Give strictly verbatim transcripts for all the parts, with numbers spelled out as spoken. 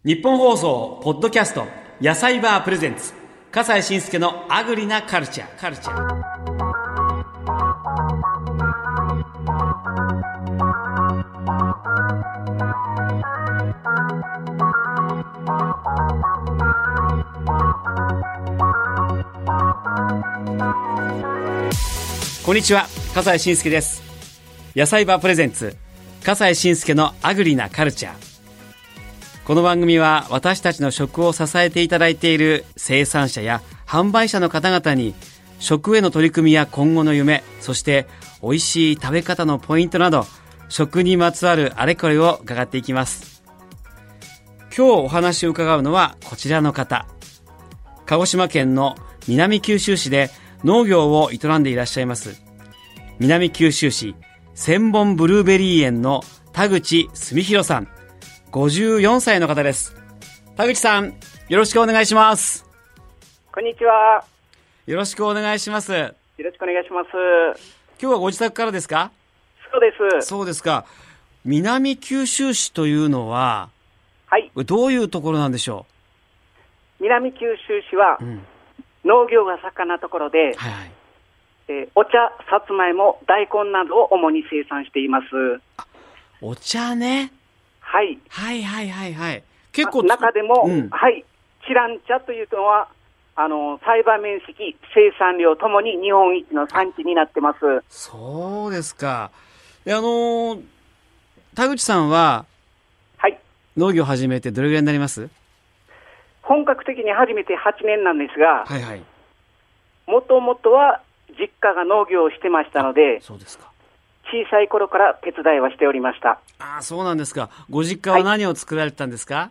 日本放送ポッドキャスト野菜バープレゼンツ笠西慎介のアグリなカルチャーカルチャーこんにちは、笠西慎介です。野菜バープレゼンツ笠西慎介のアグリなカルチャー。この番組は私たちの食を支えていただいている生産者や販売者の方々に食への取り組みや今後の夢、そして美味しい食べ方のポイントなど食にまつわるあれこれを伺っていきます。今日お話を伺うのはこちらの方、鹿児島県の南九州市で農業を営んでいらっしゃいます南九州市千本ブルーベリー園の田口純弘さん、ごじゅうよんさいの方です。田口さん、よろしくお願いします。 こんにちは。 よろしくお願いします。よろしくお願いします。 今日はご自宅からですか？ そうです。 そうですか。南九州市というのは、 はい。 どういうところなんでしょう？南九州市は、うん、農業が盛んなところで、はいはい、えー、お茶、さつまいも、大根などを主に生産しています。 あ、お茶ね。 はい。 はいはいはいはい。結構中でも、 うん、 はい、チラン茶というのは、あの、栽培面積、生産量ともに日本一の産地になってます。 そうですか。で、あのー、田口さんは、 はい。 農業を始めてどれぐらいになります？ 本格的に始めてはちねんなんですが、 はいはい。 もともとは実家が農業をしてましたので、 そうですか。 小さい頃から手伝いはしておりました。 ああ、そうなんですか。ご実家は何を作られてたんですか？はい、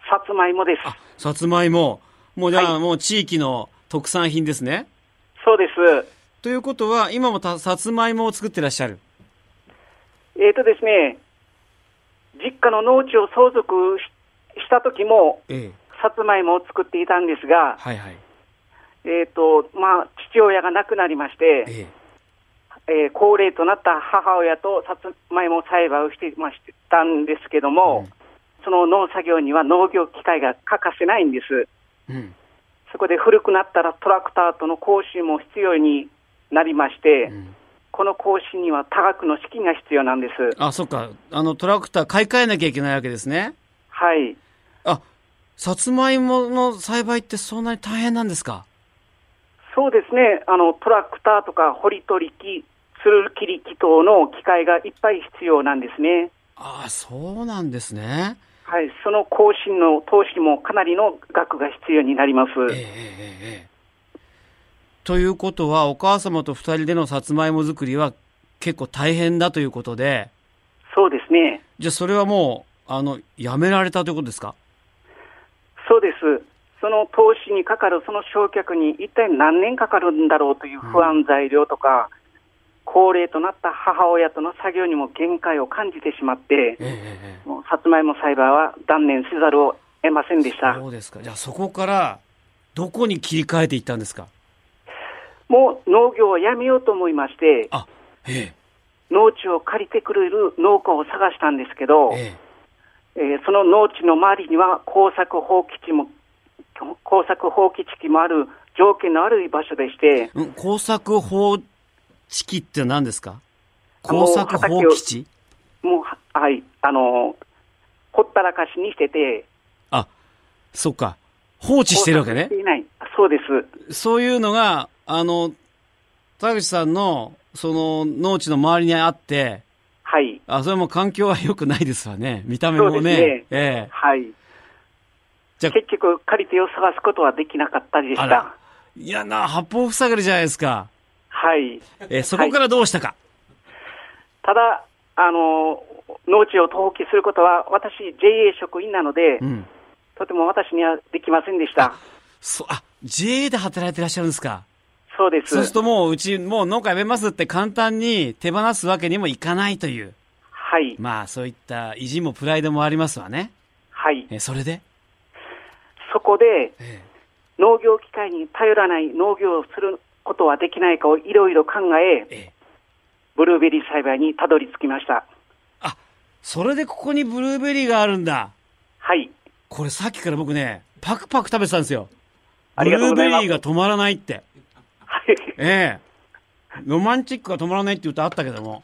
さつまいもです。 あ、さつまいも。もうじゃあ、はい、もう地域の特産品ですね。 そうです。 ということは、今もたさつまいもを作ってらっしゃる？ えーとですね、実家の農地を相続 し, した時も、ええ、さつまいもを作っていたんですが、 はいはい。 えーと、まあ、父親が亡くなりまして、えええー、高齢となった母親とさつまいも栽培をしてましたんですけども、うん、その農作業には農業機械が欠かせないんです、うん、そこで古くなったらトラクターとの更新も必要になりまして、うん、この更新には多額の資金が必要なんです。 あ、そっか。あのトラクター買い替えなきゃいけないわけですね。 はい。 あ、さつまいもの栽培ってそんなに大変なんですか？ そうですね。あのトラクターとか掘り取り機、つる切り機等の機械がいっぱい必要なんですね。 ああ、そうなんですね。 はい、その更新の投資もかなりの額が必要になります。 ええええ、ということは、お母様と二人でのさつまいも作りは結構大変だということで。 そうですね。 じゃあそれはもうあのやめられたということですか？ そうです。その投資にかかるその焼却に一体何年かかるんだろうという不安材料とか、うん、高齢となった母親との作業にも限界を感じてしまって、えー、もうさつまいも栽培は断念せざるを得ませんでした。 そうですか。じゃあそこからどこに切り替えていったんですか？ もう農業をやめようと思いまして、 あ、えー、 農地を借りてくれる農家を探したんですけど、えーえー、その農地の周りには耕作放棄地も耕作放棄地もある条件の悪い場所でして、 うん、耕作放棄地って何ですか？耕作放棄地？ もう、はい、あの、ほったらかしにしてて。 あ、そっか。放置してるわけね。 していない。そうです。 そういうのが、あの、田口さんの、その、農地の周りにあって、 はい。 あ、それも環境は良くないですわね。見た目もね。 そうですね。 ええ。 はい。じゃ結局、借り手を探すことはできなかったでした。 いやな、八方塞がりじゃないですか。 はい。 えー、そこからどうしたか。はい、 ただ、あの、農地を登記することは、私、ジェイエー 職員なので、うん、とても私にはできませんでした。 あ、そあ、ジェイエー で働いてらっしゃるんですか。 そうです。 そうするともう、うち、もう農家辞めますって簡単に手放すわけにもいかないという。 はい。 まあ、そういった意地もプライドもありますわね。 はい。 えー、それでそこで、えー、農業機械に頼らない農業をすることはできないかをいろいろ考え、ええ、ブルーベリー栽培にたどり着きました。 あ、それでここにブルーベリーがあるんだ。 はい。 これさっきから僕ね、パクパク食べてたんですよ。 ありがとうございます。 ブルーベリーが止まらないって。 はい。 ええロマンチックが止まらないって歌あったけども。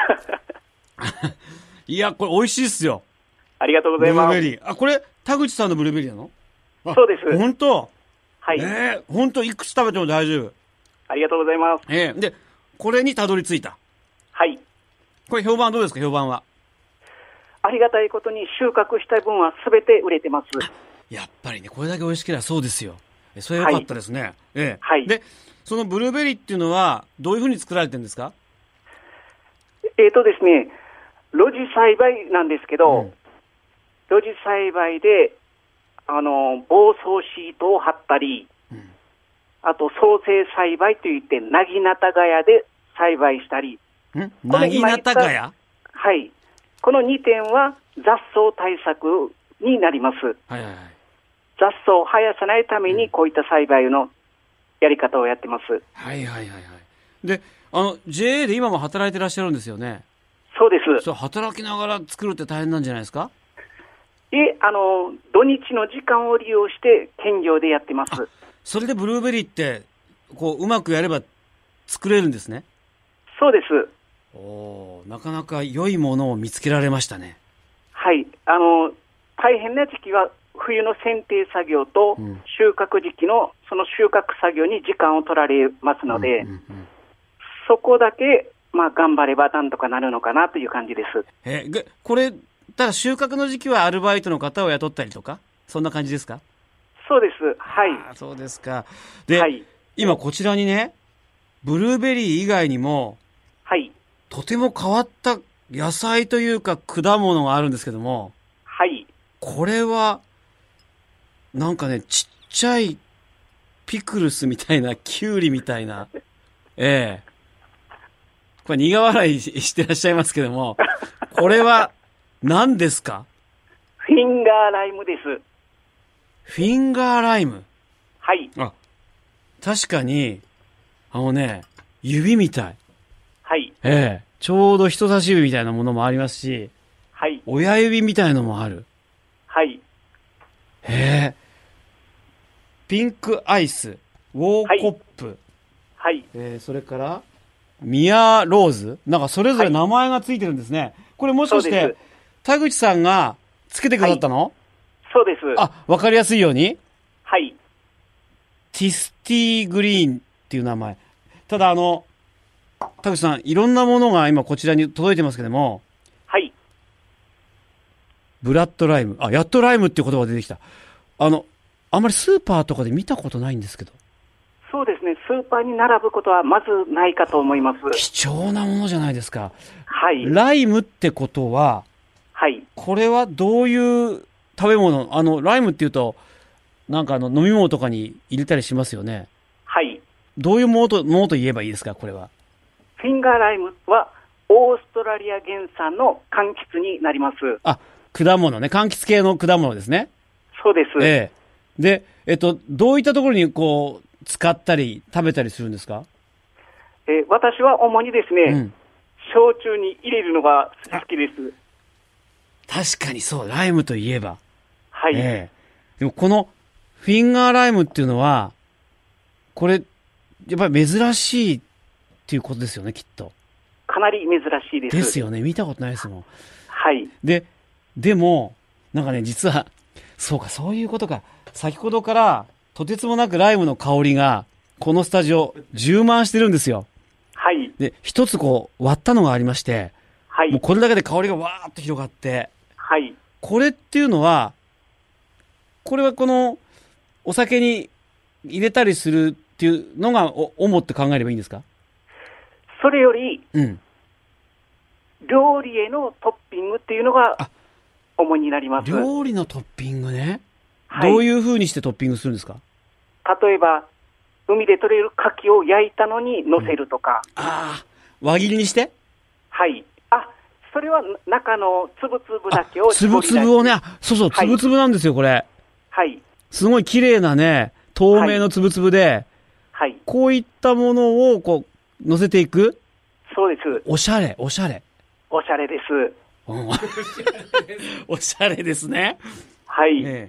いや、これ美味しいっすよ。 ありがとうございます。 ブルーベリー。あ、これ、田口さんのブルーベリーなの？ そうです。 本当？ はい。 ええ本当いくつ食べても大丈夫。 ありがとうございます。 ええで、これにたどり着いた。 はい。 これ評判どうですか、評判は。 ありがたいことに収穫した分はすべて売れてます。 やっぱりね、これだけ美味しければそうですよ。それは良かったですね。はい、ええ。 はい。 で、そのブルーベリーっていうのは、どういうふうに作られてるんですか？ えっとですね、露地栽培なんですけど、うん、露地栽培で、あの、防草シートを貼ったり、うん、あと、創生栽培といって、なぎなたがやで栽培したり。 んなぎなたがや？ はい。このにてんは雑草対策になります。 はいはいはい。 雑草を生やさないために、こういった栽培のやり方をやってます。うん、 はいはいはいはい。で、あの、ジェーエー で今も働いてらっしゃるんですよね。 そうです。 そう、働きながら作るって大変なんじゃないですか？ で、あの、土日の時間を利用して兼業でやってます。 それでブルーベリーって、こう、うまくやれば作れるんですね。 そうです。 おー、なかなか良いものを見つけられましたね。 はい。あの、大変な時期は冬の剪定作業と収穫時期のその収穫作業に時間を取られますので、うんうんうん、そこだけ、まあ、頑張ればなんとかなるのかなという感じです。 えー、これ、ただ収穫の時期はアルバイトの方を雇ったりとか、そんな感じですか？ そうです。はい。 あ、そうですか。で、 はい、 今こちらにね、ブルーベリー以外にも、 はい。 とても変わった野菜というか果物があるんですけども、 はい。 これは、なんかね、ちっちゃいピクルスみたいな、キュウリみたいな、ええこれ苦笑いしてらっしゃいますけども、これは何ですか？ フィンガーライムです。 フィンガーライム？ はい。 あ、確かに、あのね、指みたい。 はい。 ええちょうど人差し指みたいなものもありますし、 はい。 親指みたいのもある。 はい。 へえ。ピンクアイス、ウォーコップ。 はい。 えー、それから、ミアローズ？なんかそれぞれ名前がついてるんですね。はい、これもしかして、田口さんがつけてくださったの？はい、 そうです。 あ、わかりやすいように？ はい。 ティスティグリーンっていう名前。ただあの、田口さん、いろんなものが今こちらに届いてますけども。 はい。 ブラッドライム。あ、やっとライムっていう言葉が出てきた。あの、あんまりスーパーとかで見たことないんですけど。 そうですね。スーパーに並ぶことはまずないかと思います。 貴重なものじゃないですか。 はい。 ライムってことは、 はい。 これはどういう食べ物？あの、ライムっていうと、なんかあの、飲み物とかに入れたりしますよね。 はい。 どういうものと、ものと言えばいいですか、これは。 フィンガーライムは、オーストラリア原産の柑橘になります。 あ、果物ね。柑橘系の果物ですね。 そうです。 ええ。で、えっと、どういったところにこう、使ったり、食べたりするんですか？ えー、私は主にですね、うん、焼酎に入れるのが好きです。 確かにそう、ライムといえば。 はい。 ええ。でもこの、フィンガーライムっていうのは、これ、やっぱり珍しいっていうことですよね、きっと。 かなり珍しいです。 ですよね。見たことないですもん。 はい。 で、でも、なんかね、実は、そうか、そういうことか。先ほどから、とてつもなくライムの香りが、このスタジオ、充満してるんですよ。 はい。 で、一つこう、割ったのがありまして、 はい。 もうこれだけで香りがわーっと広がって、 はい。 これっていうのは、これはこの、お酒に入れたりするっていうのが、お、主って考えればいいんですか？ それより、 うん。 料理へのトッピングっていうのが、主になります。 料理のトッピングね。 はい、 どういう風にしてトッピングするんですか？ 例えば、海で取れる牡蠣を焼いたのに乗せるとか。 うん、ああ、輪切りにして？ はい。あ、それは中のつぶつぶだけをつぶつぶをね、あ、そうそう、つぶつぶなんですよ、これ。 はい。 すごい綺麗なね、透明のつぶつぶで、 はい。 こういったものを、こう、乗せていく？ そうです。 おしゃれ、おしゃれ。 おしゃれです。 おしゃれですね。 はい。 ね、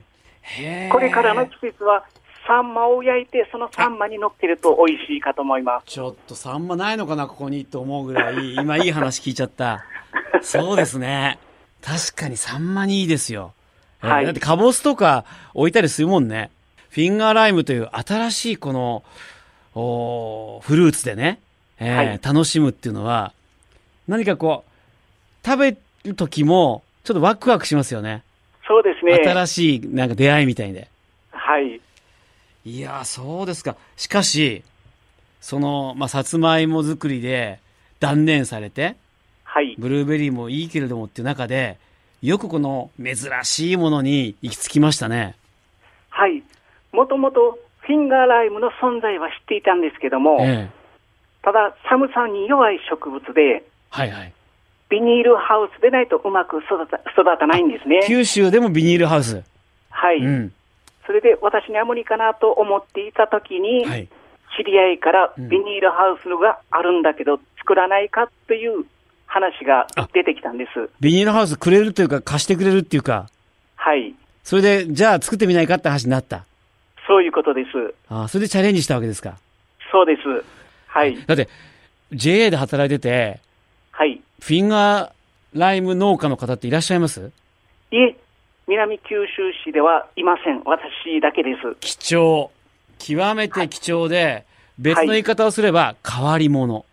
へー。 これからの季節はサンマを焼いて、そのサンマに乗っけると美味しいかと思います。 ちょっとサンマないのかなここにと思うぐらい今いい話聞いちゃった。そうですね。確かにサンマにいいですよ。 はい、 だってカボスとか置いたりするもんね。フィンガーライムという新しいこのおフルーツでね、えーはい、楽しむっていうのは何かこう食べる時もちょっとワクワクしますよね。 そうですね。 新しいなんか出会いみたいで。 はい。 いやー、そうですか。しかしそのまあさつまいも作りで断念されて、 はい、 ブルーベリーもいいけれどもっていう中でよくこの珍しいものに行き着きましたね。 はい。もともとフィンガーライムの存在は知っていたんですけども、ええ、ただ寒さに弱い植物で、 はいはい、 ビニールハウスでないとうまく育た、育たないんですね。 九州でもビニールハウス。 はい。うん、それで私には無理かなと思っていたときに、はい、知り合いからビニールハウスがあるんだけど作らないかという話が出てきたんです。 ビニールハウスくれるというか貸してくれるっていうか。 はい。 それでじゃあ作ってみないかって話になった。 そういうことです。 ああ、それでチャレンジしたわけですか。 そうです。はい。 だって ジェーエー で働いてて、 はい。 フィンガーライム農家の方っていらっしゃいます？ いえ、南九州市ではいません。私だけです。 貴重。極めて貴重で、はい、別の言い方をすれば変わり者。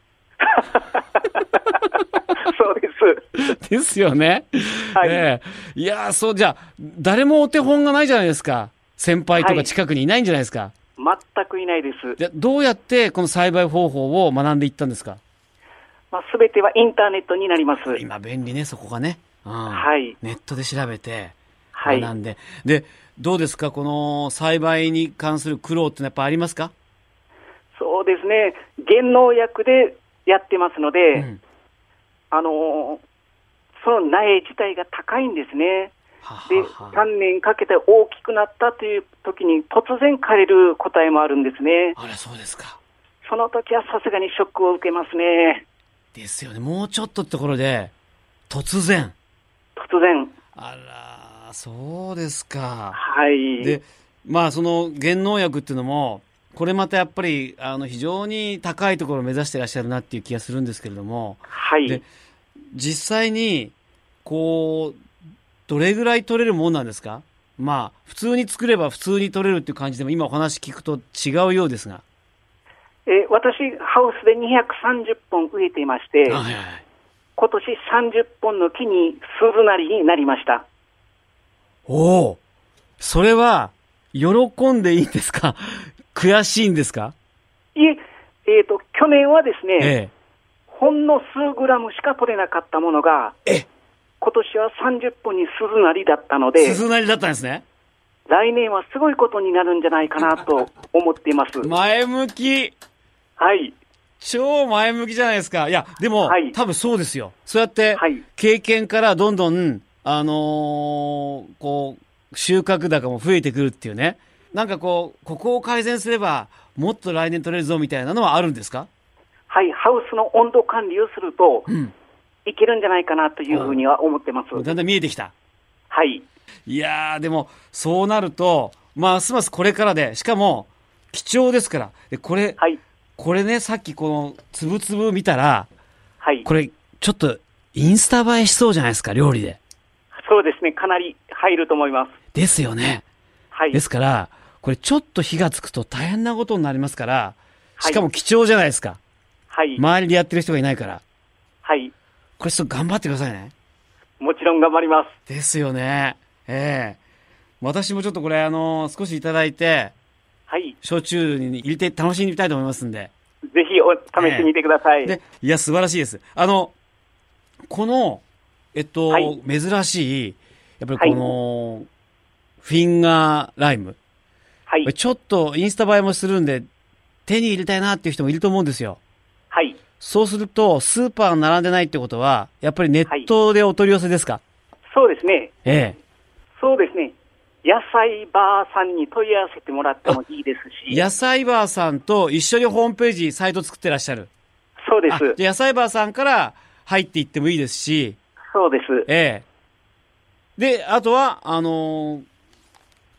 そうです。 ですよね。はい。えー、いやー、そう、じゃあ、誰もお手本がないじゃないですか。先輩とか近くにいないんじゃないですか。 はい、全くいないです。 で、どうやってこの栽培方法を学んでいったんですか？ まあ、全てはインターネットになります。 今便利ね、そこがね。うん、 はい。 ネットで調べて、学んで。はい、で、どうですか、この栽培に関する苦労ってやっぱありますか？ そうですね。原農薬でやってますので、うん、あのー、その苗自体が高いんですね。で、さんねんかけて大きくなったという時に突然枯れる個体もあるんですね。 あら、そうですか。 その時はさすがにショックを受けますね。 ですよね。もうちょっとってところで突然突然あら、そうですか。 はい。 で、まあその原農薬っていうのもこれまたやっぱりあの非常に高いところを目指していらっしゃるなっていう気がするんですけれども、 はい。 で、実際にこうどれぐらい取れるもんなんですか？まあ普通に作れば普通に取れるっていう感じでも今お話聞くと違うようですが、 え私ハウスでにひゃくさんじゅっぽん植えていまして、はいはい、今年さんじゅっぽんの木に鈴なりになりました。 おお、それは喜んでいいんですか？悔しいんですか？ いえ、えーと、去年はですね、ええ、ほんの数グラムしか取れなかったものが、え今年はさんじゅっぽんに鈴なりだったので、 鈴なりだったんですね。 来年はすごいことになるんじゃないかなと思っています。 前向き。 はい。 超前向きじゃないですか。いや、でも、はい、多分そうですよ。そうやって、経験からどんどん、あのー、こう、収穫高も増えてくるっていうね。なんかこう、ここを改善すれば、もっと来年取れるぞみたいなのはあるんですか？ はい、ハウスの温度管理をすると、うん、いけるんじゃないかなというふうには思ってます。 だんだん見えてきた。 はい。 いやー、でも、そうなると、ますますこれからで、しかも、貴重ですから。で、これ、はい、これね、さっきこの、つぶつぶ見たら、はい。これ、ちょっと、インスタ映えしそうじゃないですか、料理で。 そうですね、かなり入ると思います。 ですよね。はい。ですから、これちょっと火がつくと大変なことになりますから、しかも貴重じゃないですか。はい。周りでやってる人がいないから。はい。これちょっと頑張ってくださいね。 もちろん頑張ります。 ですよね。ええー。私もちょっとこれあのー、少しいただいて、はい。焼酎に入れて楽しんでみたいと思いますんで。 ぜひお試してみてください。 えー、で、いや素晴らしいです。あの、この、えっと、はい、珍しい、やっぱりこの、はい、フィンガーライム。はい。ちょっとインスタ映えもするんで、手に入れたいなっていう人もいると思うんですよ。はい。そうすると、スーパーが並んでないってことは、やっぱりネットでお取り寄せですか？はい、 そうですね。 ええ。 そうですね。野菜バーさんに問い合わせてもらってもいいですし。 野菜バーさんと一緒にホームページ、サイト作ってらっしゃる。 そうです。 じゃ野菜バーさんから入っていってもいいですし。 そうです。 ええ。で、あとは、あのー、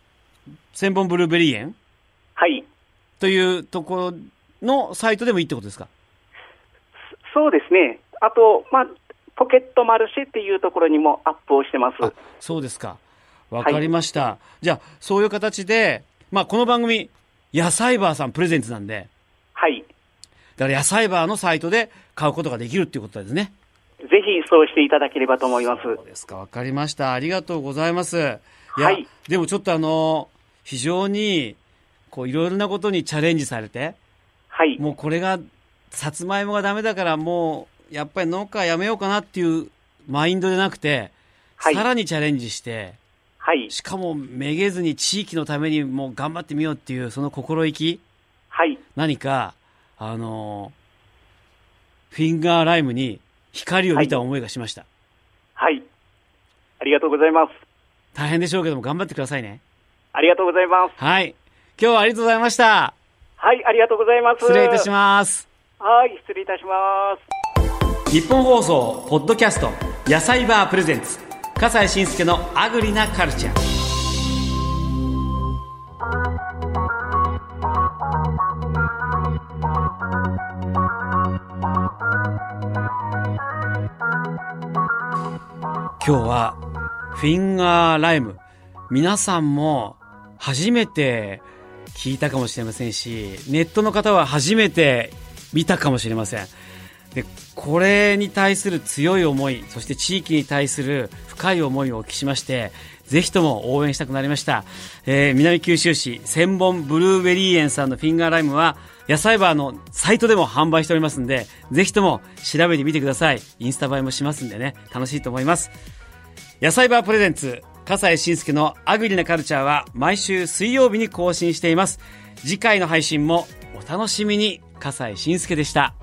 千本ブルーベリー園はい。 というところのサイトでもいいってことですか？ そうですね。あと、まあ、ポケットマルシェっていうところにもアップをしてます。 あ、そうですか。わかりました。はい、じゃあ、そういう形で、まあ、この番組、野菜バーさんプレゼンツなんで、 はい。 だから野菜バーのサイトで買うことができるっていうことですね。 ぜひそうしていただければと思います。 そうですか。わかりました。ありがとうございます。いや、 はい。 でもちょっとあの、非常に、こう、いろいろなことにチャレンジされて、 はい。 もうこれが、さつまいもがダメだからもう、やっぱり農家やめようかなっていうマインドでなくて、はい、さらにチャレンジして、 はい。 しかもめげずに地域のためにもう頑張ってみようっていうその心意気、 はい。 何か、あの、フィンガーライムに光を見た思いがしました。 はい。はい、ありがとうございます。 大変でしょうけども頑張ってくださいね。 ありがとうございます。 はい。今日はありがとうございました。 はい、ありがとうございます。 失礼いたします。 はい、失礼いたします。 日本放送ポッドキャスト野菜バープレゼンツ笠西慎介のアグリなカルチャー。今日はフィンガーライム、皆さんも初めて聞いたかもしれませんし、ネットの方は初めて見たかもしれません。で、これに対する強い思い、そして地域に対する深い思いをお聞きしまして、ぜひとも応援したくなりました。えー、南九州市千本ブルーベリー園さんのフィンガーライムは野菜バーのサイトでも販売しておりますんで、ぜひとも調べてみてください。インスタ映えもしますんでね、楽しいと思います。野菜バープレゼンツ笠西慎介のアグリなカルチャーは毎週水曜日に更新しています。次回の配信もお楽しみに。笠西慎介でした。